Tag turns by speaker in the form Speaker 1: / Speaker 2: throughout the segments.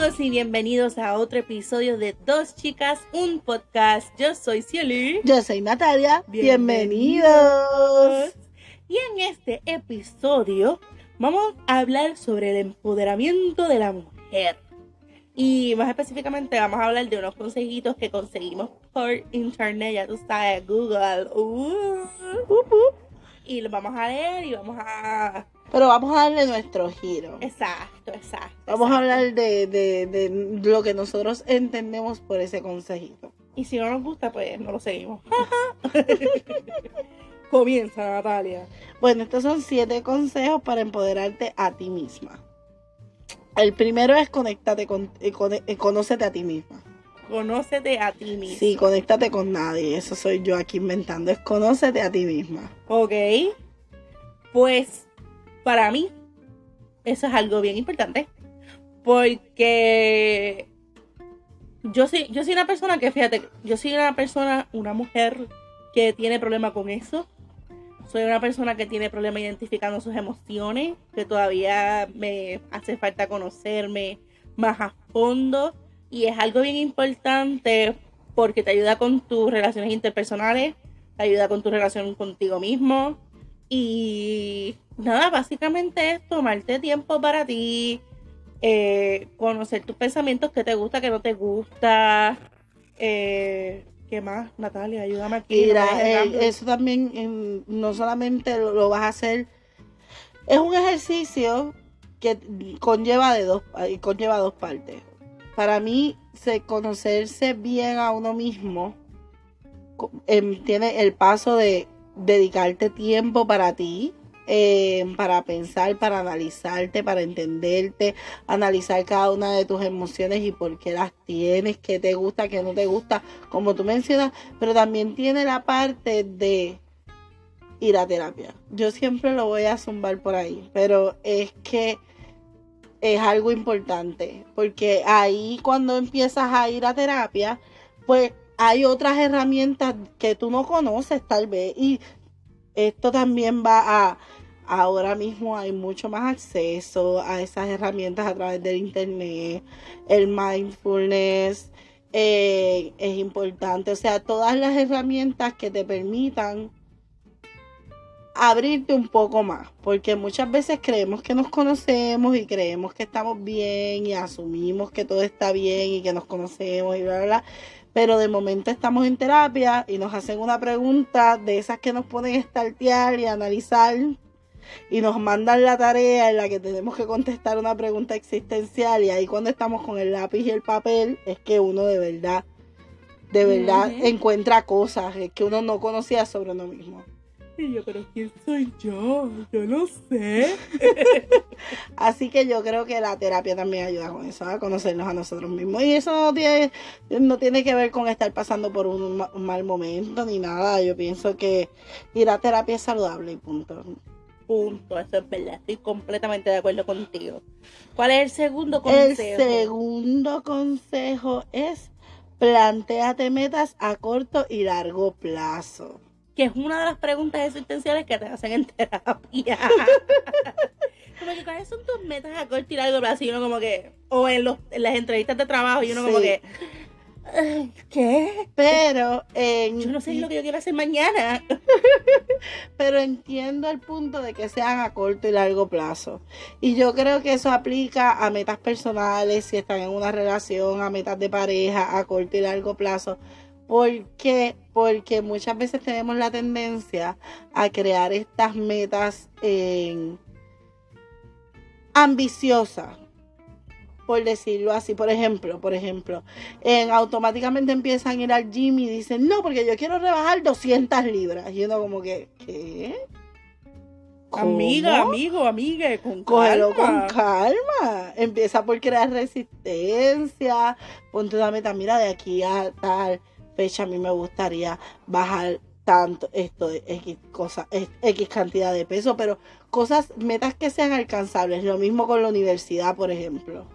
Speaker 1: Saludos y bienvenidos a otro episodio de Dos Chicas, un podcast. Yo soy Ciely.
Speaker 2: Yo soy Natalia. Bienvenidos.
Speaker 1: Y en este episodio vamos a hablar sobre el empoderamiento de la mujer. Y más específicamente vamos a hablar de unos consejitos que conseguimos por internet, ya tú sabes, Google. Y los vamos a leer y vamos a...
Speaker 2: Pero vamos a darle nuestro giro.
Speaker 1: Exacto.
Speaker 2: Vamos a hablar de lo que nosotros entendemos por ese consejito.
Speaker 1: Y si no nos gusta, pues no lo seguimos. Comienza, Natalia.
Speaker 2: Bueno, estos son 7 consejos para empoderarte a ti misma. El primero es conócete a ti misma.
Speaker 1: Conócete a ti misma.
Speaker 2: Sí, conéctate con nadie. Eso soy yo aquí inventando. Es conócete a ti misma.
Speaker 1: Ok. Pues, para mí, eso es algo bien importante. Porque yo soy una persona que, fíjate, una mujer que tiene problema con eso. Soy una persona que tiene problema identificando sus emociones, que todavía me hace falta conocerme más a fondo. Y es algo bien importante porque te ayuda con tus relaciones interpersonales, te ayuda con tu relación contigo mismo. Y nada, básicamente es tomarte tiempo para ti, conocer tus pensamientos, qué te gusta, qué no te gusta. ¿Qué más, Natalia? Ayúdame aquí.
Speaker 2: Mira, eso también no solamente lo vas a hacer, es un ejercicio que conlleva dos partes. Para mí, conocerse bien a uno mismo tiene el paso de dedicarte tiempo para ti, para pensar, para analizarte, para entenderte, analizar cada una de tus emociones y por qué las tienes, qué te gusta, qué no te gusta, como tú mencionas, pero también tiene la parte de ir a terapia. Yo siempre lo voy a zumbar por ahí, pero es que es algo importante, porque ahí cuando empiezas a ir a terapia, pues hay otras herramientas que tú no conoces tal vez, y esto también ahora mismo hay mucho más acceso a esas herramientas a través del internet. El mindfulness es importante, o sea, todas las herramientas que te permitan abrirte un poco más, porque muchas veces creemos que nos conocemos y creemos que estamos bien y asumimos que todo está bien y que nos conocemos y bla, bla, bla. Pero de momento estamos en terapia y nos hacen una pregunta de esas que nos ponen a startear y a analizar y nos mandan la tarea en la que tenemos que contestar una pregunta existencial, y ahí cuando estamos con el lápiz y el papel es que uno de verdad encuentra cosas que uno no conocía sobre uno mismo.
Speaker 1: Y yo, pero ¿quién soy yo? Yo no sé.
Speaker 2: Así que yo creo que la terapia también ayuda con eso, a conocernos a nosotros mismos. Y eso no tiene que ver con estar pasando por un mal momento ni nada. Yo pienso que ir a terapia es saludable y punto.
Speaker 1: Punto, eso es verdad. Estoy completamente de acuerdo contigo. ¿Cuál es el segundo consejo?
Speaker 2: El segundo consejo es: plantéate metas a corto y largo plazo.
Speaker 1: Que es una de las preguntas existenciales que te hacen en terapia. Como que, ¿cuáles son tus metas a corto y largo plazo? Y uno como que, o en las entrevistas de trabajo, y uno como que, ¿qué?
Speaker 2: Pero
Speaker 1: yo no sé lo que yo quiero hacer mañana.
Speaker 2: Pero entiendo el punto de que sean a corto y largo plazo. Y yo creo que eso aplica a metas personales, si están en una relación, a metas de pareja, a corto y largo plazo. ¿Por qué? Porque muchas veces tenemos la tendencia a crear estas metas ambiciosas, por decirlo así. Por ejemplo, automáticamente empiezan a ir al gym y dicen, no, porque yo quiero rebajar 200 libras. Y uno como que, ¿qué? ¿Cómo?
Speaker 1: Amiga,
Speaker 2: Cógelo con calma. Empieza por crear resistencia. Ponte una meta, mira, de aquí a tal fecha a mí me gustaría bajar tanto, esto de X cantidad de peso, pero metas que sean alcanzables. Lo mismo con la universidad, por ejemplo.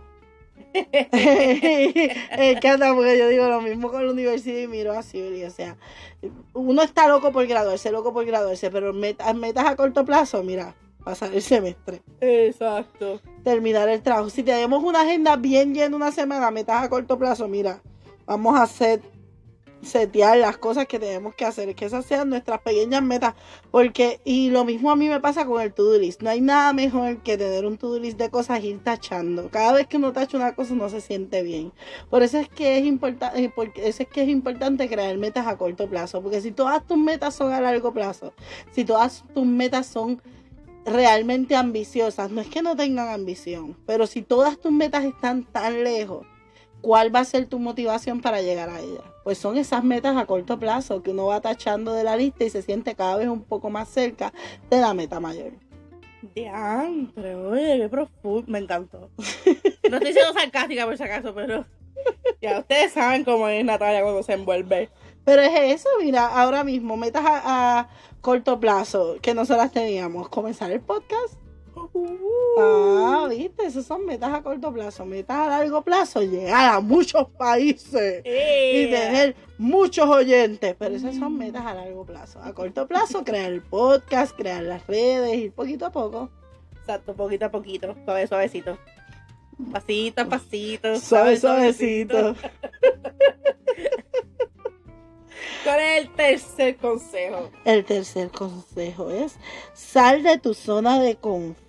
Speaker 2: Encanta, porque yo digo lo mismo con la universidad y miro así, o sea, uno está loco por graduarse, pero metas a corto plazo, mira, pasar el semestre.
Speaker 1: Exacto.
Speaker 2: terminar el trabajo. Si tenemos una agenda bien llena una semana, metas a corto plazo, mira, vamos a setear las cosas que tenemos que hacer, que esas sean nuestras pequeñas metas, porque, y lo mismo a mí me pasa con el to-do list, no hay nada mejor que tener un to-do list de cosas e ir tachando, cada vez que uno tacha una cosa no se siente bien, por eso es que es importante crear metas a corto plazo, porque si todas tus metas son a largo plazo, si todas tus metas son realmente ambiciosas, no es que no tengan ambición, pero si todas tus metas están tan lejos, ¿cuál va a ser tu motivación para llegar a ella? Pues son esas metas a corto plazo que uno va tachando de la lista y se siente cada vez un poco más cerca de la meta mayor.
Speaker 1: Diantre, oye, qué profundo, me encantó. No estoy siendo sarcástica por si acaso, pero ya ustedes saben cómo es Natalia cuando se envuelve.
Speaker 2: Pero es eso, mira, ahora mismo, metas a corto plazo que nosotras teníamos, comenzar el podcast. Viste, esas son metas a corto plazo. Metas a largo plazo, llegar a muchos países y tener muchos oyentes. Pero esas son metas a largo plazo. A corto plazo, crear el podcast, crear las redes, ir poquito a poco.
Speaker 1: Exacto, poquito a poquito, suave, suavecito. Pasito a pasito,
Speaker 2: Suavecito.
Speaker 1: ¿Cuál es el tercer consejo?
Speaker 2: El tercer consejo es: sal de tu zona de confort.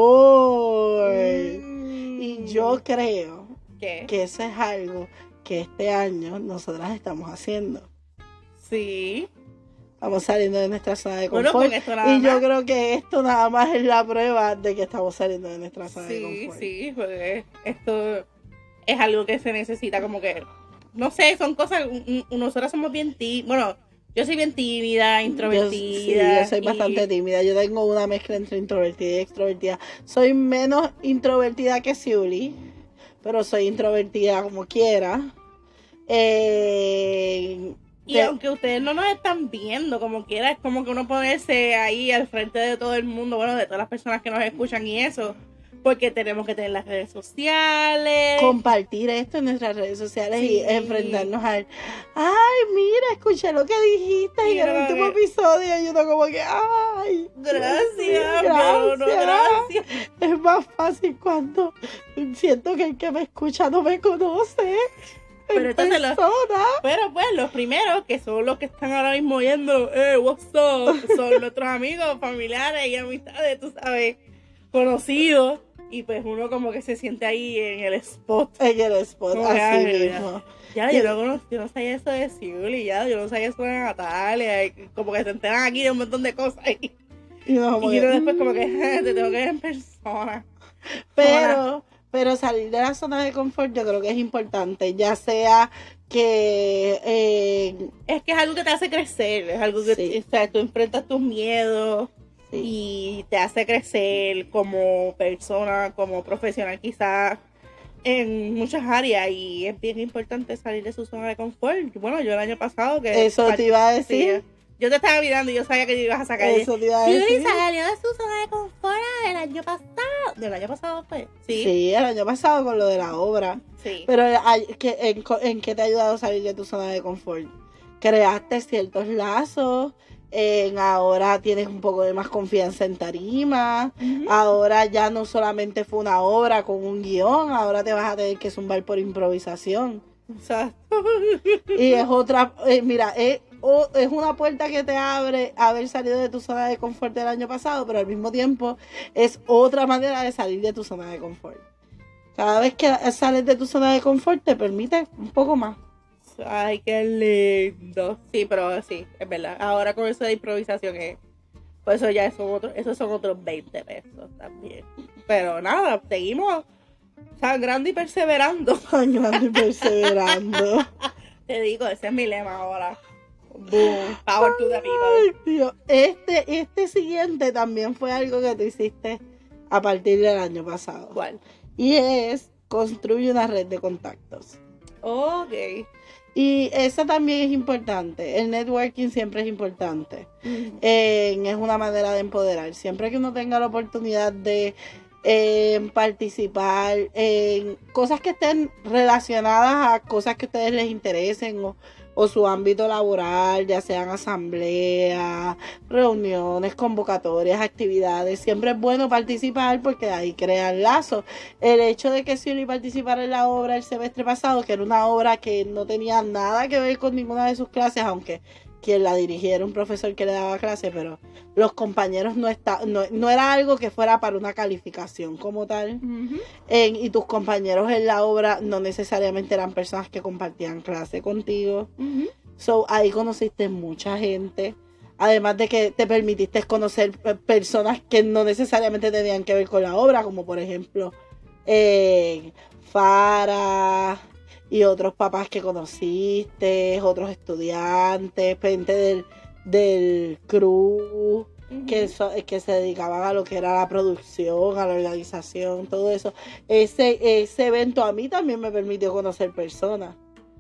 Speaker 2: Y yo creo que eso es algo que este año nosotras estamos haciendo.
Speaker 1: Sí.
Speaker 2: Estamos saliendo de nuestra zona de confort.
Speaker 1: Bueno, con esto nada
Speaker 2: y yo
Speaker 1: más.
Speaker 2: creo que esto nada más es la prueba de que estamos saliendo de nuestra zona de confort.
Speaker 1: Sí, porque esto es algo que se necesita como que, no sé, son cosas, nosotras somos bien tímidas, bueno, yo soy bien tímida, introvertida.
Speaker 2: Yo soy bastante tímida, yo tengo una mezcla entre introvertida y extrovertida. Soy menos introvertida que Siuli, pero soy introvertida como quiera.
Speaker 1: Y aunque ustedes no nos están viendo como quiera, es como que uno ponerse ahí al frente de todo el mundo, bueno, de todas las personas que nos escuchan y eso, porque tenemos que tener las redes sociales.
Speaker 2: Compartir esto en nuestras redes sociales y enfrentarnos al, ay, mira, escuché lo que dijiste en el último episodio y uno como que, ay.
Speaker 1: Gracias. Gracias.
Speaker 2: Es más fácil cuando siento que el que me escucha no me conoce.
Speaker 1: Pero entonces pero pues los primeros, que son los que están ahora mismo oyendo, what's up, son nuestros amigos, familiares y amistades, tú sabes, conocidos. Y pues uno como que se siente ahí en el spot.
Speaker 2: En el spot,
Speaker 1: como
Speaker 2: así mismo.
Speaker 1: Ya, yo no sabía eso de Siuli, yo no sabía eso de Natalia, y como que se enteran aquí de un montón de cosas. Y uno después como que te tengo que ver en persona.
Speaker 2: Pero salir de la zona de confort yo creo que es importante, ya sea que...
Speaker 1: es que es algo que te hace crecer, es algo que o sea, tú enfrentas tus miedos y te hace crecer como persona, como profesional quizás en muchas áreas, y es bien importante salir de su zona de confort. Bueno, yo el año pasado que...
Speaker 2: Eso te iba a decir.
Speaker 1: Yo te estaba mirando y yo sabía que te ibas a sacar.
Speaker 2: Eso te iba a decir.
Speaker 1: Sí, salió de su zona de confort el año pasado. ¿Del año pasado fue?
Speaker 2: Sí, el año pasado con lo de la obra.
Speaker 1: Sí.
Speaker 2: Pero ¿en qué te ha ayudado a salir de tu zona de confort? Creaste ciertos lazos. Ahora tienes un poco de más confianza en tarima. Ahora ya no solamente fue una obra con un guión. Ahora te vas a tener que zumbar por improvisación.
Speaker 1: Exacto.
Speaker 2: Y es otra, mira, es una puerta que te abre haber salido de tu zona de confort del año pasado, pero al mismo tiempo es otra manera de salir de tu zona de confort. Cada vez que sales de tu zona de confort te permite un poco más.
Speaker 1: Ay, qué lindo. Sí, pero sí, es verdad. Ahora con eso de improvisación, por eso ya esos son otros 20 pesos también. Pero nada, seguimos sangrando y perseverando.
Speaker 2: Sangrando y perseverando.
Speaker 1: Te digo, ese es mi lema ahora. Boom, power to the people.
Speaker 2: Ay, Dios. Este siguiente también fue algo que tú hiciste a partir del año pasado.
Speaker 1: ¿Cuál?
Speaker 2: Y es construye una red de contactos.
Speaker 1: Ok.
Speaker 2: Y eso también es importante. El networking siempre es importante. Es una manera de empoderar. Siempre que uno tenga la oportunidad de participar en cosas que estén relacionadas a cosas que a ustedes les interesen o su ámbito laboral, ya sean asambleas, reuniones, convocatorias, actividades. Siempre es bueno participar porque ahí crean lazos. El hecho de que Suri participara en la obra el semestre pasado, que era una obra que no tenía nada que ver con ninguna de sus clases, aunque quien la dirigía era un profesor que le daba clase, pero los compañeros no era algo que fuera para una calificación como tal.
Speaker 1: Ujú.
Speaker 2: Y tus compañeros en la obra no necesariamente eran personas que compartían clase contigo.
Speaker 1: Ujú.
Speaker 2: So, ahí conociste mucha gente. Además de que te permitiste conocer personas que no necesariamente tenían que ver con la obra, como por ejemplo Farah y otros papás que conociste, otros estudiantes, gente del crew que se dedicaban a lo que era la producción, a la organización, todo eso. Ese evento a mí también me permitió conocer personas.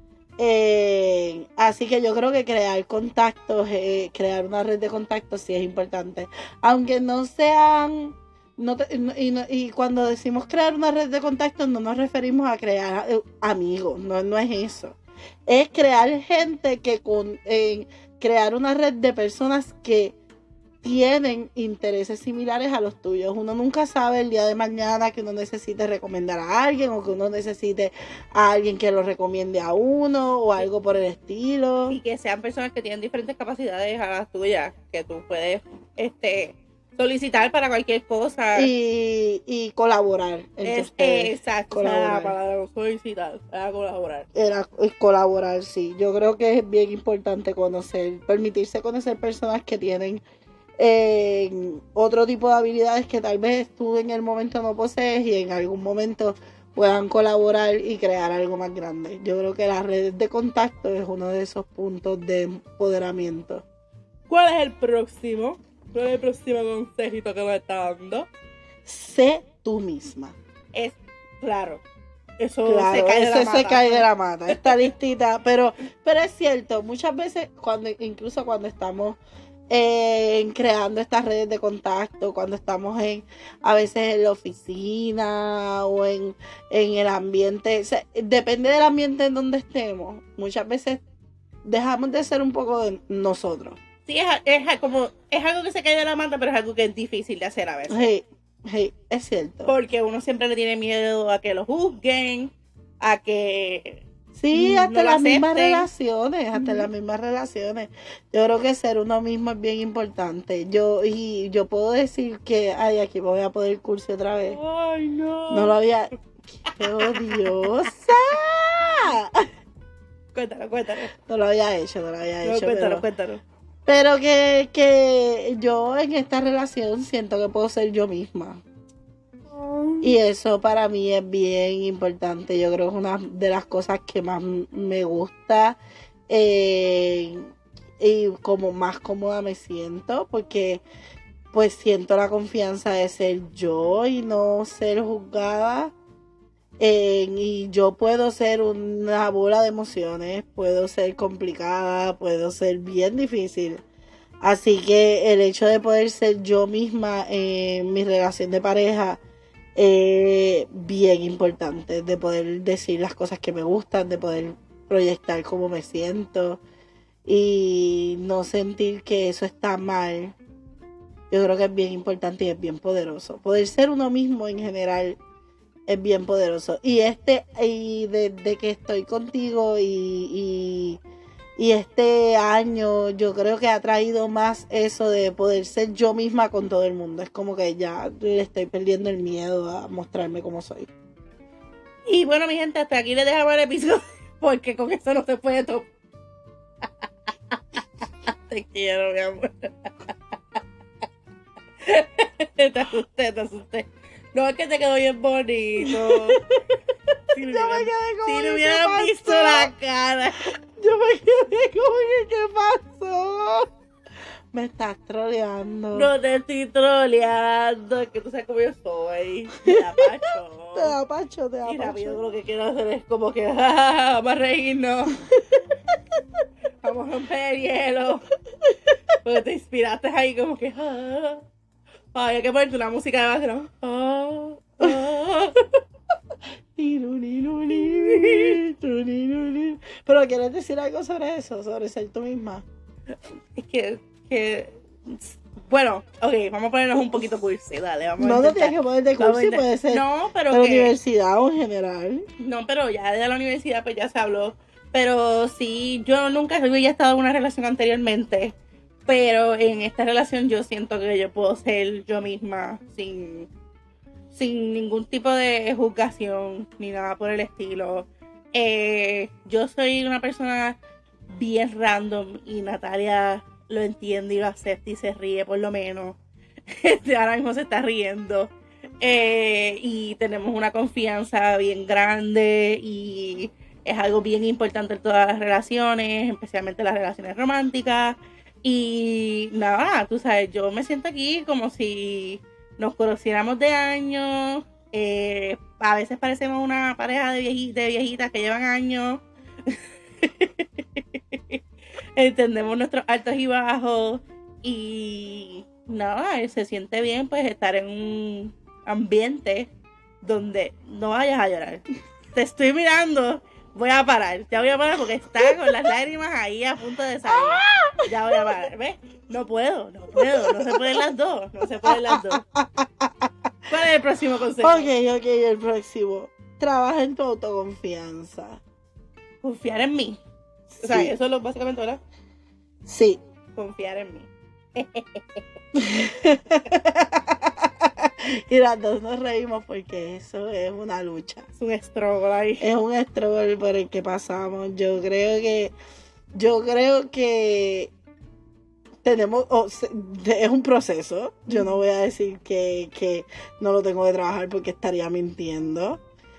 Speaker 2: Así que yo creo que crear contactos, crear una red de contactos sí es importante. Aunque no sean... y cuando decimos crear una red de contactos no nos referimos a crear amigos, no es eso. Es crear gente crear una red de personas que tienen intereses similares a los tuyos. Uno nunca sabe el día de mañana que uno necesite recomendar a alguien o que uno necesite a alguien que lo recomiende a uno o algo por el estilo.
Speaker 1: Y que sean personas que tienen diferentes capacidades a las tuyas, que tú puedes solicitar para cualquier cosa.
Speaker 2: Y colaborar.
Speaker 1: Exacto,
Speaker 2: colaborar.
Speaker 1: Para solicitar, para colaborar.
Speaker 2: Era colaborar, sí. Yo creo que es bien importante permitirse conocer personas que tienen otro tipo de habilidades que tal vez tú en el momento no posees y en algún momento puedan colaborar y crear algo más grande. Yo creo que las redes de contacto es uno de esos puntos de empoderamiento.
Speaker 1: ¿Cuál es el próximo? ¿Cuál es el próximo consejito que me está dando?
Speaker 2: Sé tú misma.
Speaker 1: Es claro. Eso
Speaker 2: Claro,
Speaker 1: se cae de la
Speaker 2: ese
Speaker 1: mata.
Speaker 2: se cae de la mata, esta listita, pero es cierto, muchas veces incluso cuando estamos creando estas redes de contacto, cuando estamos a veces en la oficina o en el ambiente, o sea, depende del ambiente en donde estemos, muchas veces dejamos de ser un poco de nosotros.
Speaker 1: Sí, es algo que se cae de la mata, pero es algo que es difícil de hacer a veces.
Speaker 2: Hey, es cierto.
Speaker 1: Porque uno siempre le tiene miedo a que lo juzguen, a que...
Speaker 2: Sí, hasta
Speaker 1: no
Speaker 2: las mismas
Speaker 1: acepten.
Speaker 2: relaciones, Yo creo que ser uno mismo es bien importante. Yo puedo decir que, aquí me voy a poner el curso otra vez.
Speaker 1: Ay, no.
Speaker 2: No lo había... ¡Qué odiosa!
Speaker 1: Cuéntalo.
Speaker 2: No lo había hecho.
Speaker 1: Cuéntalo.
Speaker 2: Pero que yo en esta relación siento que puedo ser yo misma. Y eso para mí es bien importante. Yo creo que es una de las cosas que más me gusta y como más cómoda me siento, porque pues siento la confianza de ser yo y no ser juzgada. Y yo puedo ser una bola de emociones, puedo ser complicada, puedo ser bien difícil. Así que el hecho de poder ser yo misma en mi relación de pareja bien importante, de poder decir las cosas que me gustan, de poder proyectar cómo me siento y no sentir que eso está mal. Yo creo que es bien importante y es bien poderoso. Poder ser uno mismo en general es bien poderoso. Y desde que estoy contigo y este año yo creo que ha traído más eso de poder ser yo misma con todo el mundo. Es como que ya le estoy perdiendo el miedo a mostrarme como soy.
Speaker 1: Y bueno, mi gente, hasta aquí les dejamos el episodio, porque con eso no se puede todo. Te quiero, mi amor. Te asusté. No, es que te quedó bien bonito. Si le hubieran visto la cara.
Speaker 2: Yo me quedé como que, ¿qué pasó? Me estás troleando.
Speaker 1: No te estoy troleando, es que tú sabes cómo yo soy. Me da pacho.
Speaker 2: Te da pacho.
Speaker 1: Y rápido lo que quiero hacer es como que vamos a reírnos. Vamos a romper el hielo. Porque te inspiraste ahí como que ay, hay que ponerte una música de base, ¿no?
Speaker 2: Pero ¿quieres decir algo sobre eso? Sobre ser tú misma.
Speaker 1: Es que bueno, ok, vamos a ponernos un poquito cursi, dale, vamos a
Speaker 2: No
Speaker 1: intentar.
Speaker 2: tienes que ponerte cursi, puede ser
Speaker 1: No, pero
Speaker 2: de la
Speaker 1: que
Speaker 2: universidad o en general.
Speaker 1: no, pero ya de la universidad pues ya se habló. Pero sí, yo nunca había estado en una relación anteriormente, pero en esta relación yo siento que yo puedo ser yo misma sin ningún tipo de juzgación ni nada por el estilo. Yo soy una persona bien random y Natalia lo entiende y lo acepta y se ríe por lo menos. Ahora mismo se está riendo. Y tenemos una confianza bien grande y es algo bien importante en todas las relaciones, especialmente las relaciones románticas. Y nada, tú sabes, yo me siento aquí como si nos conociéramos de años. A veces parecemos una pareja de viejitas que llevan años. Entendemos nuestros altos y bajos. Y nada, se siente bien pues estar en un ambiente donde no vayas a llorar. Te estoy mirando, voy a parar. Ya voy a parar porque está con las lágrimas ahí a punto de salir. Ya voy a parar, ¿ves? No puedo, no se pueden las dos, no se pueden las dos. ¿Cuál es el próximo consejo?
Speaker 2: Ok, el próximo. Trabaja en tu autoconfianza.
Speaker 1: Confiar en mí. O sea,
Speaker 2: Sí.
Speaker 1: eso es lo básicamente, ¿verdad?
Speaker 2: Sí.
Speaker 1: Confiar en mí.
Speaker 2: Y las dos nos reímos porque eso es una lucha.
Speaker 1: Es un struggle ahí.
Speaker 2: Es un struggle por el que pasamos. Yo creo que tenemos, es un proceso. Yo no voy a decir que no lo tengo que trabajar porque estaría mintiendo.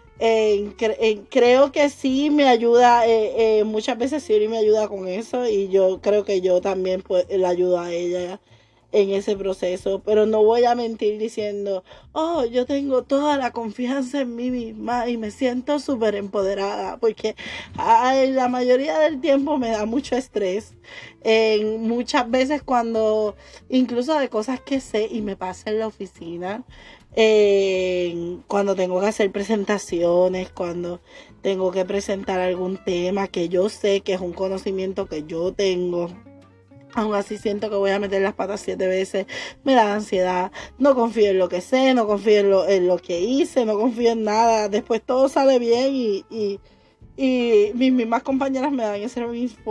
Speaker 2: Creo que sí me ayuda, muchas veces Siri me ayuda con eso y yo creo que yo también la ayudo a ella en ese proceso, pero no voy a mentir diciendo, oh, yo tengo toda la confianza en mí misma y me siento súper empoderada, porque la mayoría del tiempo me da mucho estrés, muchas veces cuando, incluso de cosas que sé y me pasa en la oficina, cuando tengo que hacer presentaciones, cuando tengo que presentar algún tema que yo sé que es un conocimiento que yo tengo, aún así siento que voy a meter las patas 7 veces, me da ansiedad, no confío en lo que sé, no confío en lo que hice, no confío en nada, después todo sale bien y mis mismas compañeras me dan ese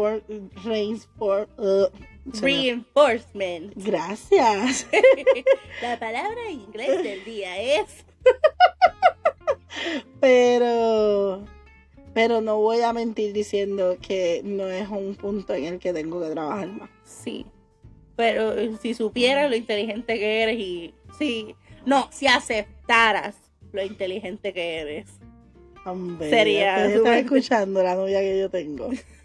Speaker 1: reinforcement.
Speaker 2: Gracias.
Speaker 1: La palabra en inglés del día es...
Speaker 2: Pero no voy a mentir diciendo que no es un punto en el que tengo que trabajar más.
Speaker 1: Sí, pero si supieras lo inteligente que eres y... si aceptaras lo inteligente que eres.
Speaker 2: Hombre,
Speaker 1: Sería...
Speaker 2: estás escuchando la novia que yo tengo.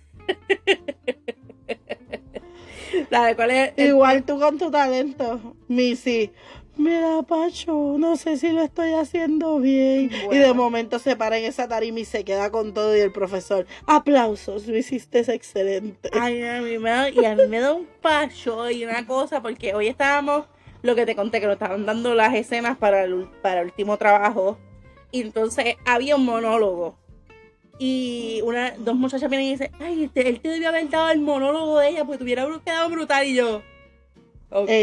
Speaker 1: ¿Sabes cuál es?
Speaker 2: Igual tú con tu talento, Missy. Me da pacho, no sé si lo estoy haciendo bien.
Speaker 1: Bueno.
Speaker 2: Y de momento se para en esa tarima y se queda con todo y el profesor, aplausos, lo hiciste excelente.
Speaker 1: Ay, a mí me da un pacho y una cosa, porque hoy estábamos, lo que te conté, que nos estaban dando las escenas para el último trabajo, y entonces había un monólogo. Y dos muchachas vienen y dicen, ay, él te debió haber dado el monólogo de ella, porque te hubiera quedado brutal, y yo... Okay,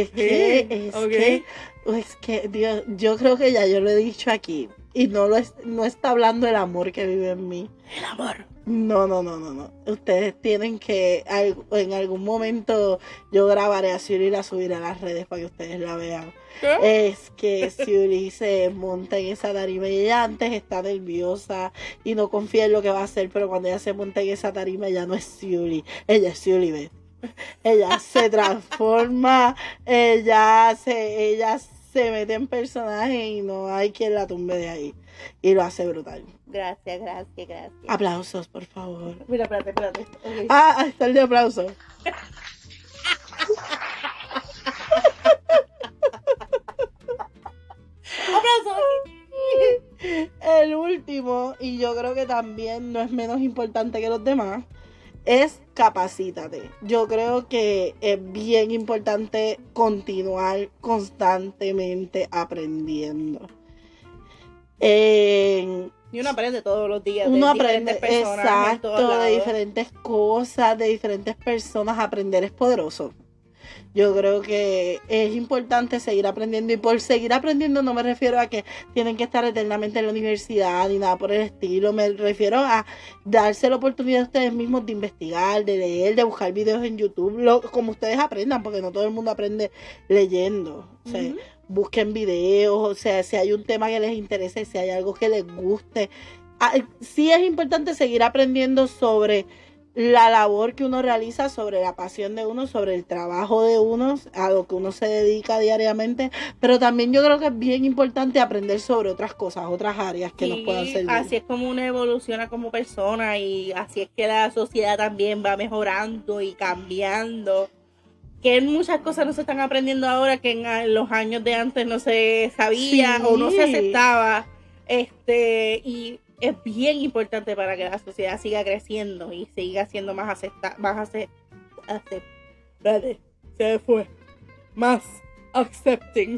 Speaker 2: es que, Dios, yo creo que ya yo lo he dicho aquí y no está hablando el amor que vive en mí.
Speaker 1: El amor.
Speaker 2: No. Ustedes tienen que, en algún momento yo grabaré a Suri y la subiré a las redes para que ustedes la vean.
Speaker 1: ¿Qué?
Speaker 2: Es que Suri se monta en esa tarima y ella antes está nerviosa y no confía en lo que va a hacer, pero cuando ella se monta en esa tarima ya no es Suri, ella es Suri Beth. Ella se transforma, ella se mete en personaje y no hay quien la tumbe de ahí. Y lo hace brutal.
Speaker 1: Gracias.
Speaker 2: Aplausos, por favor.
Speaker 1: Mira, espérate. Okay.
Speaker 2: Ahí está el de aplausos.
Speaker 1: ¡Aplausos!
Speaker 2: El último, y yo creo que también no es menos importante que los demás, es capacítate. Yo creo que es bien importante continuar constantemente aprendiendo.
Speaker 1: Y uno aprende todos los días
Speaker 2: Uno
Speaker 1: de
Speaker 2: aprende,
Speaker 1: diferentes personas en todos
Speaker 2: exacto, de
Speaker 1: lados.
Speaker 2: diferentes cosas, de diferentes personas. Aprender es poderoso. Yo creo que es importante seguir aprendiendo, y por seguir aprendiendo no me refiero a que tienen que estar eternamente en la universidad ni nada por el estilo. Me refiero a darse la oportunidad a ustedes mismos de investigar, de leer, de buscar videos en YouTube, como ustedes aprendan, porque no todo el mundo aprende leyendo. O sea, busquen videos, o sea, si hay un tema que les interese, si hay algo que les guste. Sí es importante seguir aprendiendo sobre la labor que uno realiza, sobre la pasión de uno, sobre el trabajo de uno, a lo que uno se dedica diariamente, pero también yo creo que es bien importante aprender sobre otras cosas, otras áreas que nos puedan servir.
Speaker 1: Así es como uno evoluciona como persona, y así es que la sociedad también va mejorando y cambiando. Que muchas cosas no se están aprendiendo ahora que en los años de antes no se sabía,
Speaker 2: Sí.
Speaker 1: o no se aceptaba. Y es bien importante para que la sociedad siga creciendo y siga siendo más más accepting.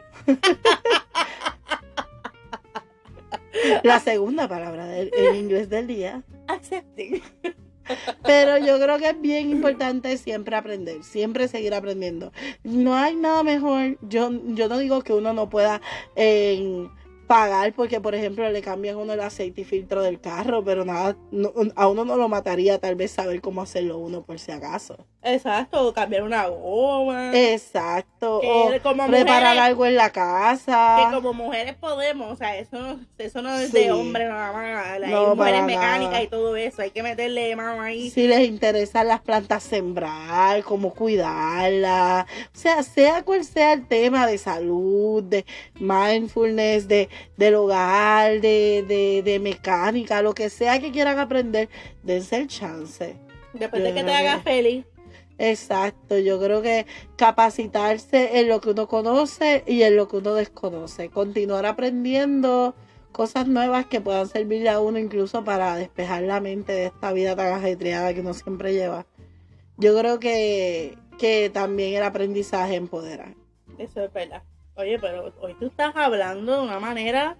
Speaker 2: La segunda palabra en inglés del día.
Speaker 1: Accepting.
Speaker 2: Pero yo creo que es bien importante siempre aprender, siempre seguir aprendiendo. No hay nada mejor. Yo no digo que uno no pueda pagar porque, por ejemplo, le cambian uno el aceite y filtro del carro, pero nada, a uno no lo mataría tal vez saber cómo hacerlo uno por si acaso.
Speaker 1: Exacto, cambiar una goma.
Speaker 2: Exacto,
Speaker 1: Que
Speaker 2: o
Speaker 1: como
Speaker 2: preparar
Speaker 1: mujeres,
Speaker 2: algo en la casa.
Speaker 1: que como mujeres podemos, o sea, eso no es
Speaker 2: Sí.
Speaker 1: de hombre nada más,
Speaker 2: No,
Speaker 1: hay mujeres
Speaker 2: para
Speaker 1: mecánicas
Speaker 2: nada.
Speaker 1: y todo eso, hay que meterle mano ahí.
Speaker 2: Si les interesan las plantas, sembrar, cómo cuidarlas, o sea cual sea el tema de salud, de mindfulness, del hogar, de mecánica, lo que sea que quieran aprender, dense el chance.
Speaker 1: Después
Speaker 2: Yo
Speaker 1: de que te
Speaker 2: creo
Speaker 1: hagas feliz.
Speaker 2: Exacto, yo creo que capacitarse en lo que uno conoce y en lo que uno desconoce, continuar aprendiendo cosas nuevas que puedan servirle a uno incluso para despejar la mente de esta vida tan ajetreada que uno siempre lleva. Yo creo que también el aprendizaje empodera.
Speaker 1: Eso es verdad. Oye, pero hoy tú estás hablando de una manera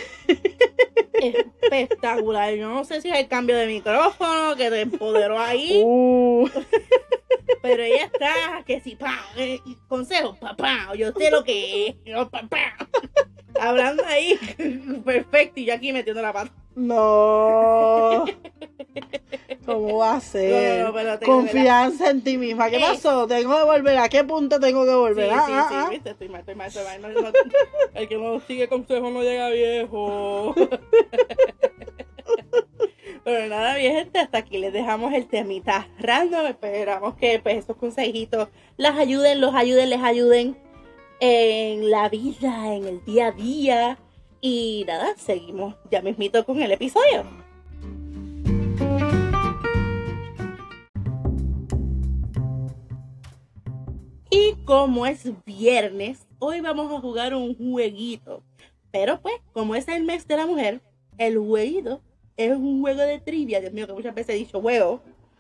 Speaker 1: espectacular. Yo no sé si es el cambio de micrófono que te empoderó ahí. Pero ella está, que si, consejos, papá, yo sé lo que es, yo, papá. Hablando ahí, perfecto, y yo aquí metiendo la pata.
Speaker 2: No. ¿Cómo va a ser?
Speaker 1: No, pero
Speaker 2: confianza en ti misma. ¿Qué pasó? ¿Tengo que volver? ¿A qué punto tengo que volver?
Speaker 1: Sí, viste, estoy mal. No, el que no sigue consejos no llega viejo. Pero nada, mi gente, hasta aquí les dejamos el temita random. Esperamos que pues estos consejitos les ayuden en la vida, en el día a día. Y nada, seguimos ya mismito con el episodio. Y como es viernes, hoy vamos a jugar un jueguito. Pero pues, como es el mes de la mujer, el jueguito es un juego de trivia. Dios mío, que muchas veces he dicho juego.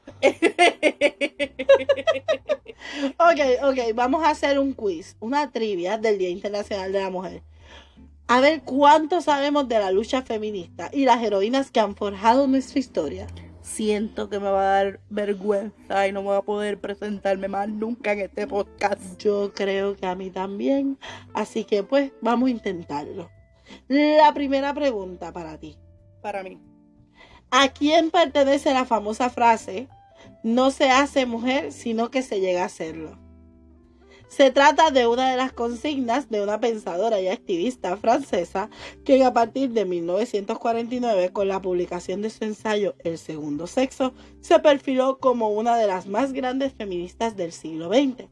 Speaker 2: Ok, vamos a hacer un quiz, una trivia del Día Internacional de la Mujer. A ver cuánto sabemos de la lucha feminista y las heroínas que han forjado nuestra historia.
Speaker 1: Siento que me va a dar vergüenza y no voy a poder presentarme más nunca en este podcast.
Speaker 2: Yo creo que a mí también. Así que pues vamos a intentarlo. La primera pregunta para ti.
Speaker 1: Para mí.
Speaker 2: ¿A quién pertenece la famosa frase: no se hace mujer, sino que se llega a serlo? Se trata de una de las consignas de una pensadora y activista francesa, quien a partir de 1949, con la publicación de su ensayo El segundo sexo, se perfiló como una de las más grandes feministas del siglo XX.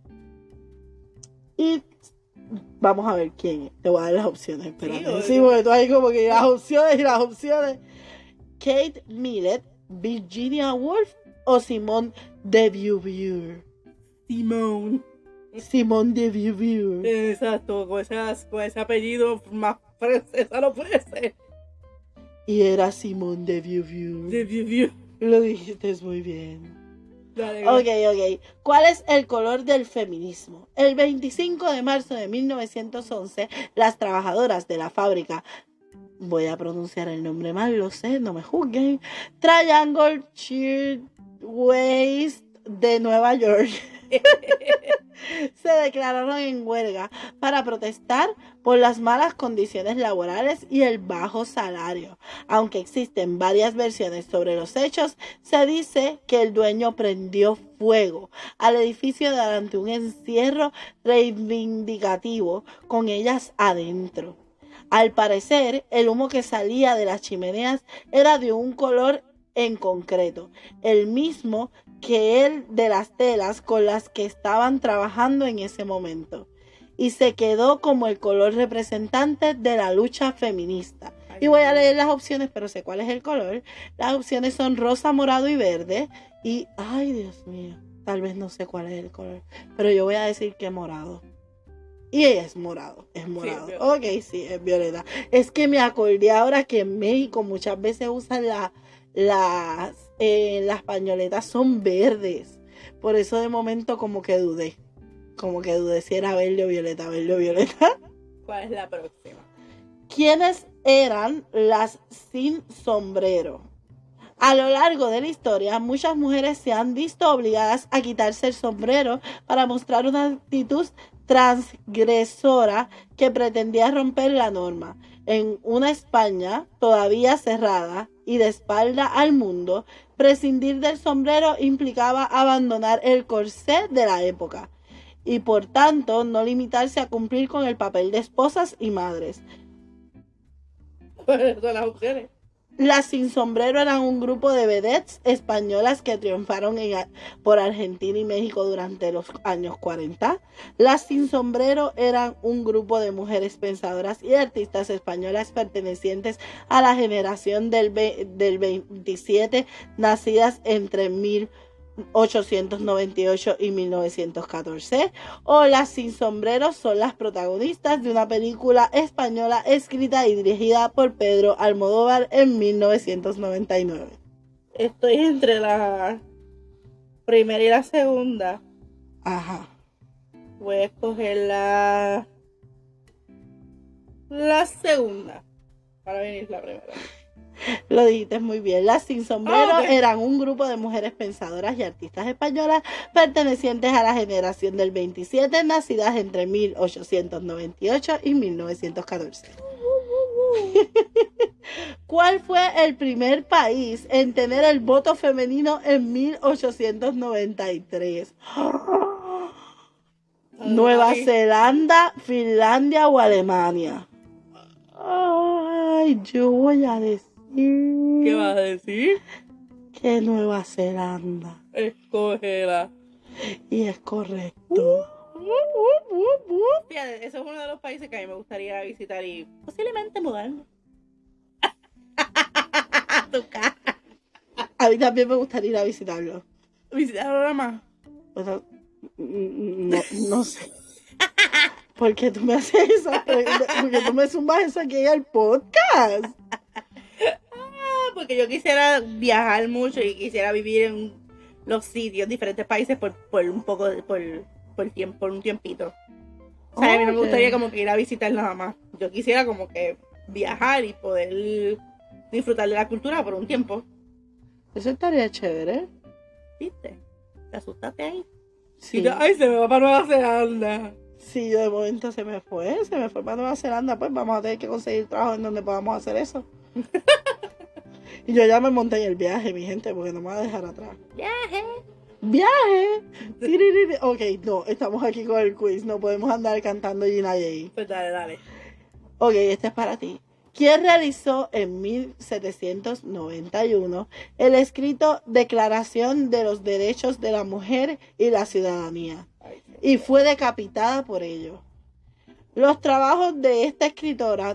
Speaker 2: Y vamos a ver quién es. Te voy a dar las opciones. Espérate. Sí, porque tú hay como que las opciones. Kate Millett, Virginia Woolf o Simone de Beauvoir. Simone de Beauvoir.
Speaker 1: Exacto, con ese apellido más francesa no puede ser.
Speaker 2: Y era Simone de Beauvoir.
Speaker 1: De Beauvoir.
Speaker 2: Lo dijiste muy bien.
Speaker 1: Dale,
Speaker 2: Ok. ¿Cuál es el color del feminismo? El 25 de marzo de 1911, las trabajadoras de la fábrica voy a pronunciar el nombre mal, lo sé, no me juzguen, Triangle Shirtwaist de Nueva York, se declararon en huelga para protestar por las malas condiciones laborales y el bajo salario. Aunque existen varias versiones sobre los hechos, se dice que el dueño prendió fuego al edificio durante un encierro reivindicativo con ellas adentro. Al parecer, el humo que salía de las chimeneas era de un color en concreto, el mismo que el de las telas con las que estaban trabajando en ese momento, y se quedó como el color representante de la lucha feminista. Y voy a leer las opciones, pero sé cuál es el color. Las opciones son rosa, morado y verde. Y, ay, Dios mío, tal vez no sé cuál es el color, pero yo voy a decir que morado. Y ella es morado, es morado. Sí, ok, sí, es violeta. Es que me acordé ahora que en México muchas veces usan las pañoletas son verdes. Por eso de momento como que dudé si era verde o violeta, verde o violeta.
Speaker 1: ¿Cuál es la próxima?
Speaker 2: ¿Quiénes eran las sin sombrero? A lo largo de la historia, muchas mujeres se han visto obligadas a quitarse el sombrero para mostrar una actitud transgresora que pretendía romper la norma. En una España todavía cerrada y de espalda al mundo, prescindir del sombrero implicaba abandonar el corsé de la época y por tanto no limitarse a cumplir con el papel de esposas y madres.
Speaker 1: ¿Cuáles son las opciones?
Speaker 2: Las sin sombrero eran un grupo de vedettes españolas que triunfaron por Argentina y México durante los años 40. Las sin sombrero eran un grupo de mujeres pensadoras y artistas españolas pertenecientes a la generación del 27, nacidas entre 1898 y 1914, o las sin sombreros son las protagonistas de una película española escrita y dirigida por Pedro Almodóvar en 1999.
Speaker 1: Estoy entre la primera y la segunda.
Speaker 2: Ajá.
Speaker 1: Voy a escoger la segunda para venir la primera.
Speaker 2: Lo dijiste muy bien. Las sin sombrero eran un grupo de mujeres pensadoras y artistas españolas pertenecientes a la generación del 27, nacidas entre 1898 y 1914. ¿Cuál fue el primer país en tener el voto femenino en 1893? ¿Nueva Zelanda, Finlandia o Alemania? Ay, yo voy a decir...
Speaker 1: ¿Qué vas a decir?
Speaker 2: Que Nueva Zelanda.
Speaker 1: Escógela.
Speaker 2: Y es correcto.
Speaker 1: Fíjate, eso es uno de los países que a mí me gustaría visitar y posiblemente mudarme. Tu cara.
Speaker 2: A mí también me gustaría ir a visitarlo.
Speaker 1: ¿Visitarlo nada más?
Speaker 2: Bueno, no sé. ¿Por qué tú me haces eso? ¿Por qué tú me zumbas eso aquí en el podcast?
Speaker 1: Porque yo quisiera viajar mucho y quisiera vivir en los sitios, diferentes países por un poco, por un tiempito. O sea, a mí no me gustaría como que ir a visitar nada más. Yo quisiera como que viajar y poder disfrutar de la cultura por un tiempo.
Speaker 2: Eso estaría chévere.
Speaker 1: ¿Viste? ¿Te asustaste ahí?
Speaker 2: Sí.
Speaker 1: Ay, se me va para Nueva Zelanda.
Speaker 2: Sí, yo de momento se me fue para Nueva Zelanda, pues vamos a tener que conseguir trabajo en donde podamos hacer eso. Y yo ya me monté en el viaje, mi gente, porque no me va a dejar atrás. ¡Viaje! Ok, no, estamos aquí con el quiz, no podemos andar cantando Gina J.
Speaker 1: Pues dale.
Speaker 2: Ok, este es para ti. ¿Quién realizó en 1791 el escrito Declaración de los Derechos de la Mujer y la Ciudadanía? Y fue decapitada por ello. Los trabajos de esta escritora,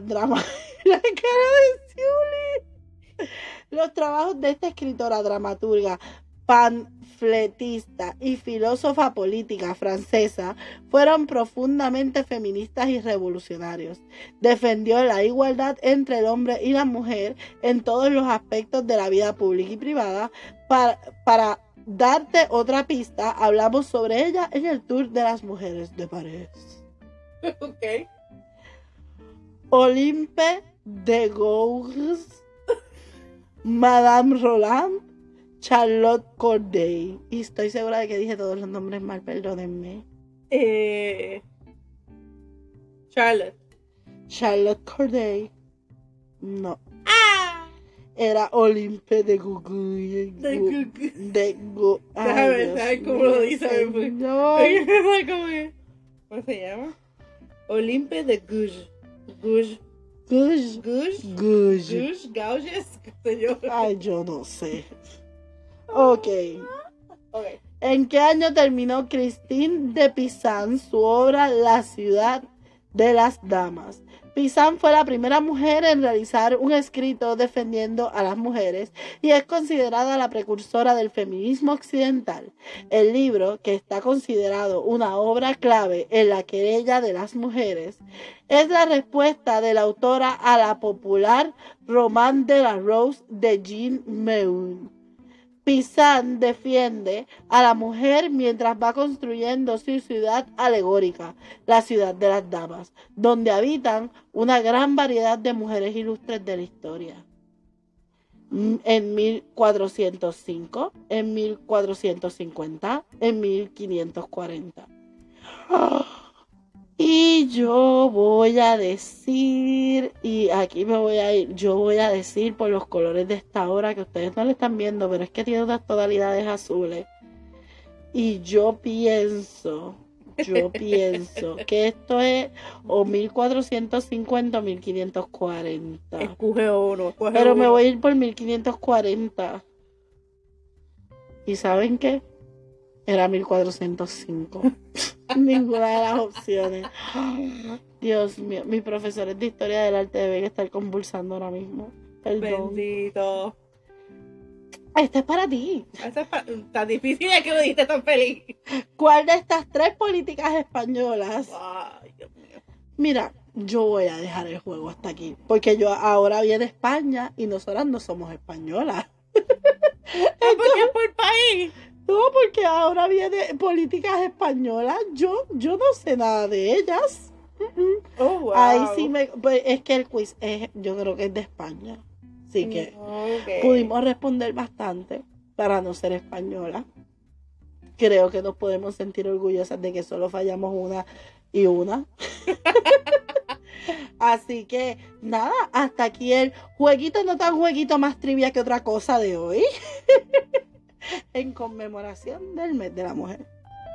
Speaker 2: dramaturga, panfletista y filósofa política francesa fueron profundamente feministas y revolucionarios. Defendió la igualdad entre el hombre y la mujer en todos los aspectos de la vida pública y privada. Para darte otra pista, hablamos sobre ella en el Tour de las Mujeres de París.
Speaker 1: Ok.
Speaker 2: Olympe De Gaulle, Madame Roland, Charlotte Corday. Y estoy segura de que dije todos los nombres mal, perdónenme. Charlotte Corday. No. Era Olympe de Gouges.
Speaker 1: Déjame ver cómo lo dice.
Speaker 2: No.
Speaker 1: ¿Cómo se llama? Olympe de Gouges. Gouges. Gauges, qué sé yo.
Speaker 2: Ay, yo no sé. Ok.
Speaker 1: Okay.
Speaker 2: ¿En qué año terminó Christine de Pizan su obra La ciudad de las damas? Pizan fue la primera mujer en realizar un escrito defendiendo a las mujeres y es considerada la precursora del feminismo occidental. El libro, que está considerado una obra clave en la querella de las mujeres, es la respuesta de la autora a la popular Roman de la Rose de Jean Meun. Pizan defiende a la mujer mientras va construyendo su ciudad alegórica, la ciudad de las damas, donde habitan una gran variedad de mujeres ilustres de la historia. En 1405, en 1450, en 1540. Y yo voy a decir, y aquí me voy a ir, yo voy a decir por los colores de esta obra que ustedes no le están viendo, pero es que tiene unas tonalidades azules. Y yo pienso que esto es o 1450 o 1540.
Speaker 1: Escoge uno.
Speaker 2: Pero me voy a ir por 1540. ¿Y saben qué? Era 1405. Ninguna de las opciones. Dios mío, mis profesores de historia del arte deben estar convulsando ahora mismo. Perdón.
Speaker 1: Bendito.
Speaker 2: Este es para ti.
Speaker 1: Tan difícil es que me dijiste tan feliz.
Speaker 2: ¿Cuál de estas tres políticas españolas?
Speaker 1: Ay, Dios mío.
Speaker 2: Mira, yo voy a dejar el juego hasta aquí. Porque yo ahora viene España y nosotras no somos españolas.
Speaker 1: ¿Por qué por país?
Speaker 2: No, porque ahora viene políticas españolas. Yo no sé nada de ellas.
Speaker 1: Oh, wow.
Speaker 2: Ahí sí pues es que el quiz yo creo que es de España. Así que pudimos responder bastante para no ser española. Creo que nos podemos sentir orgullosas de que solo fallamos una y una. Así que nada, hasta aquí el jueguito, no tan jueguito, más trivia que otra cosa de hoy. En conmemoración del mes de la mujer.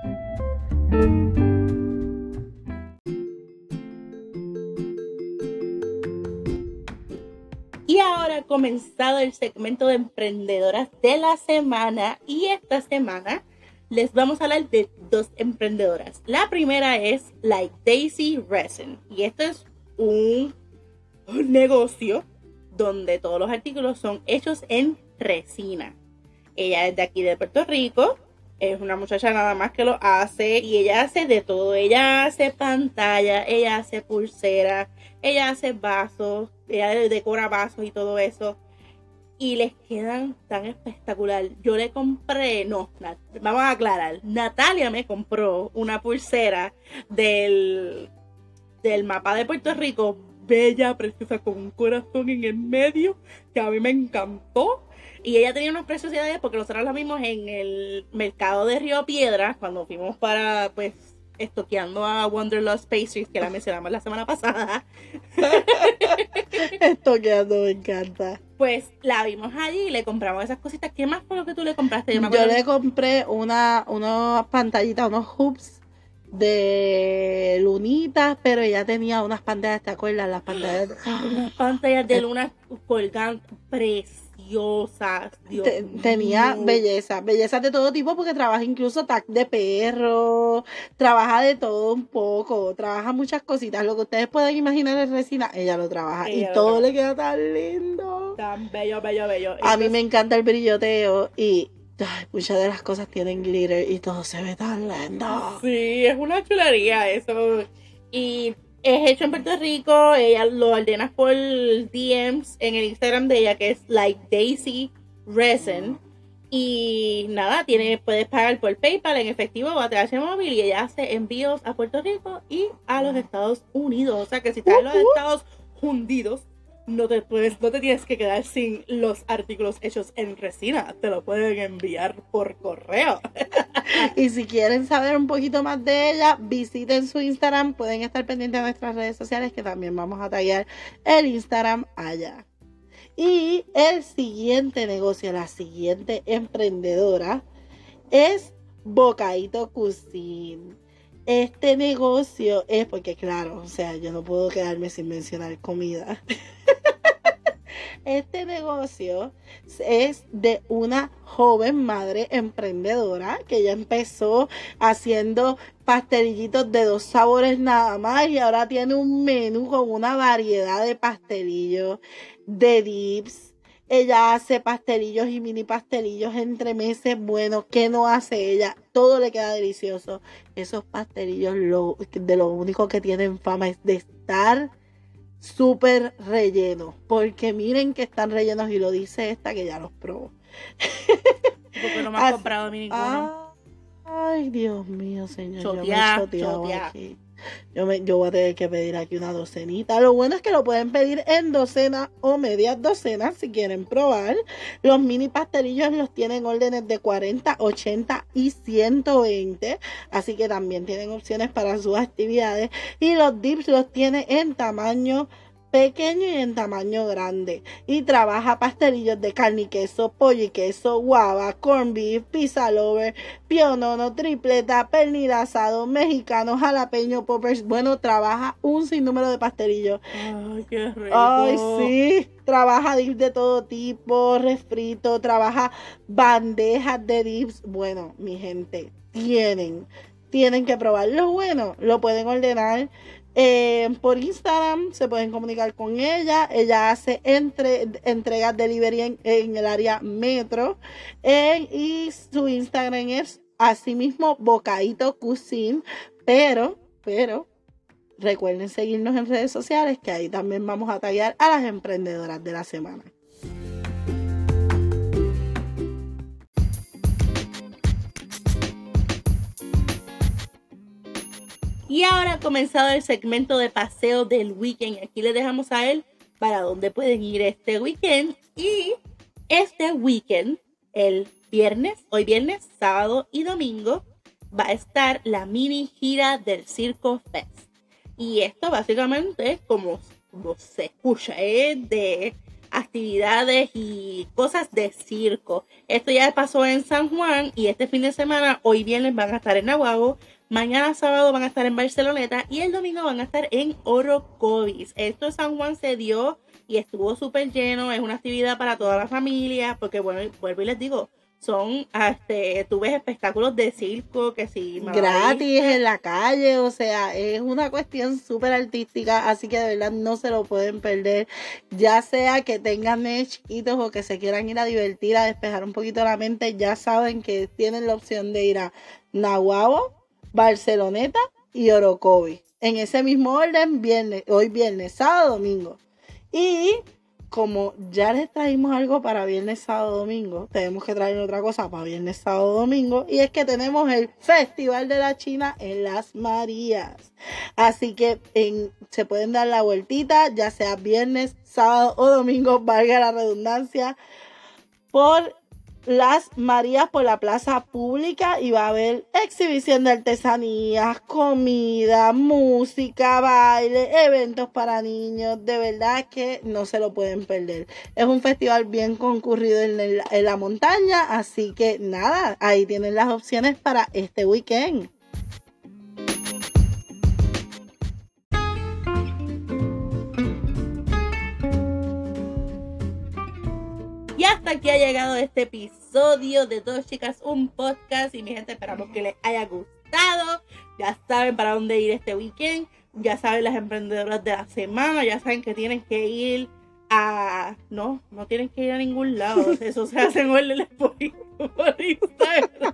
Speaker 1: Y ahora ha comenzado el segmento de emprendedoras de la semana. Y esta semana les vamos a hablar de dos emprendedoras. La primera es Like Daisy Resin. Y esto es un negocio donde todos los artículos son hechos en resina. Ella es de aquí de Puerto Rico, es una muchacha nada más que lo hace y ella hace de todo. Ella hace pantalla, ella hace pulseras, ella hace vasos, ella decora vasos y todo eso. Y les quedan tan espectacular. Yo le compré, vamos a aclarar, Natalia me compró una pulsera del mapa de Puerto Rico, bella, preciosa, con un corazón en el medio, que a mí me encantó. Y ella tenía unas preciosidades porque nosotros la vimos en el mercado de Río Piedras cuando fuimos para, pues, estoqueando a Wanderlust Pastries, que la mencionamos la semana pasada.
Speaker 2: Estoqueando me encanta.
Speaker 1: Pues la vimos allí y le compramos esas cositas. ¿Qué más fue lo que tú le compraste?
Speaker 2: Yo le compré unas pantallitas, unos hoops de lunitas, pero ella tenía unas pantallas, ¿te acuerdas? Las pantallas.
Speaker 1: Unas pantallas de luna colgantes preciosas.
Speaker 2: Tenía bellezas de todo tipo porque trabaja incluso tag de perro, trabaja de todo un poco, trabaja muchas cositas. Lo que ustedes pueden imaginar en resina, ella lo trabaja y todo le queda tan lindo.
Speaker 1: Tan bello, bello, bello.
Speaker 2: A mí me encanta el brilloteo y muchas de las cosas tienen glitter y todo se ve tan lindo.
Speaker 1: Sí, es una chulería eso. Y es hecho en Puerto Rico. Ella lo ordenas por DMs en el Instagram de ella, que es Like Daisy Resin. Y nada, puedes pagar por PayPal en efectivo o ATH móvil. Y ella hace envíos a Puerto Rico y a los Estados Unidos. O sea que si estás en los Estados Unidos, no te tienes que quedar sin los artículos hechos en resina. Te lo pueden enviar por correo.
Speaker 2: Y si quieren saber un poquito más de ella, visiten su Instagram. Pueden estar pendientes de nuestras redes sociales, que también vamos a taggear el Instagram allá. Y el siguiente negocio, la siguiente emprendedora es Bocadito Cuisine. Este negocio es porque, claro, o sea, yo no puedo quedarme sin mencionar comida. Este negocio es de una joven madre emprendedora que ya empezó haciendo pastelillitos de 2 sabores nada más y ahora tiene un menú con una variedad de pastelillos, de dips. Ella hace pastelillos y mini pastelillos entre meses. Bueno, ¿qué no hace ella? Todo le queda delicioso. Esos pastelillos de lo único que tienen fama es de estar súper relleno, porque miren que están rellenos y lo dice esta que ya los probó.
Speaker 1: Porque no me has comprado a mí ninguno.
Speaker 2: Ay, Dios mío, señor.
Speaker 1: Chotea.
Speaker 2: Aquí. Yo voy a tener que pedir aquí una docenita. Lo bueno es que lo pueden pedir en docenas o medias docenas si quieren probar. Los mini pastelillos los tienen órdenes de 40, 80 y 120. Así que también tienen opciones para sus actividades. Y los dips los tiene en tamaño pequeño y en tamaño grande, y trabaja pastelillos de carne y queso, pollo y queso, guava, corn beef, pizza lover, pionono, tripleta, pernil asado, mexicano, jalapeño, poppers. Bueno, trabaja un sinnúmero de pastelillos.
Speaker 1: Ay, qué rico.
Speaker 2: Ay, sí, trabaja dips de todo tipo, refrito, trabaja bandejas de dips. Bueno, mi gente, tienen que probarlo. Bueno, lo pueden ordenar por Instagram, se pueden comunicar con ella. Ella hace entregas delivery en el área metro, y su Instagram es asimismo Bocadito Cuisine, pero recuerden seguirnos en redes sociales, que ahí también vamos a taggear a las emprendedoras de la semana.
Speaker 1: Y ahora ha comenzado el segmento de paseo del weekend. Aquí les dejamos a él para dónde pueden ir este weekend. Y este weekend, hoy viernes, sábado y domingo, va a estar la mini gira del Circo Fest. Y esto básicamente, como se escucha, es de actividades y cosas de circo. Esto ya pasó en San Juan, y este fin de semana, hoy viernes, van a estar en Nahuabo. Mañana sábado van a estar en Barceloneta y el domingo van a estar en Orocovis. Esto en San Juan se dio y estuvo súper lleno. Es una actividad para toda la familia, porque bueno, vuelvo y les digo, tú ves espectáculos de circo que sí,
Speaker 2: gratis en la calle, o sea, es una cuestión súper artística, así que de verdad no se lo pueden perder, ya sea que tengan chiquitos o que se quieran ir a divertir, a despejar un poquito la mente. Ya saben que tienen la opción de ir a Nahuabo, Barceloneta y Orocovis, en ese mismo orden, hoy viernes, sábado, domingo. Y como ya les traímos algo para viernes, sábado, domingo, tenemos que traer otra cosa para viernes, sábado, domingo, y es que tenemos el Festival de la China en Las Marías. Así que se pueden dar la vueltita, ya sea viernes, sábado o domingo, valga la redundancia, por Las Marías, por la plaza pública, y va a haber exhibición de artesanías, comida, música, baile, eventos para niños. De verdad que no se lo pueden perder. Es un festival bien concurrido en la montaña, así que nada, ahí tienen las opciones para este weekend.
Speaker 1: Y hasta aquí ha llegado este episodio de Dos Chicas, un podcast. Y mi gente, esperamos que les haya gustado. Ya saben para dónde ir este weekend. Ya saben las emprendedoras de la semana. Ya saben que tienen que ir a... No tienen que ir a ningún lado. Eso se hace en orden por Instagram.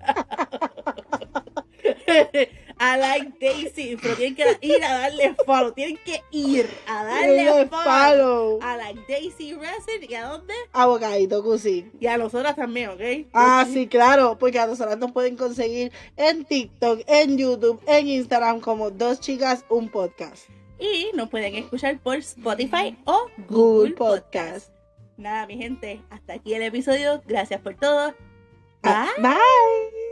Speaker 1: A Like Daisy, pero tienen que ir a darle follow. Tienen que ir a darle follow a Like Daisy Resin. ¿Y a dónde?
Speaker 2: A Bocadito Cuisine.
Speaker 1: Y a nosotras también, ¿ok?
Speaker 2: Sí, claro, porque a nosotras nos pueden conseguir en TikTok, en YouTube, en Instagram como Dos Chicas, un podcast.
Speaker 1: Y nos pueden escuchar por Spotify o
Speaker 2: Google Podcast.
Speaker 1: Nada, mi gente, hasta aquí el episodio. Gracias por todo.
Speaker 2: Bye.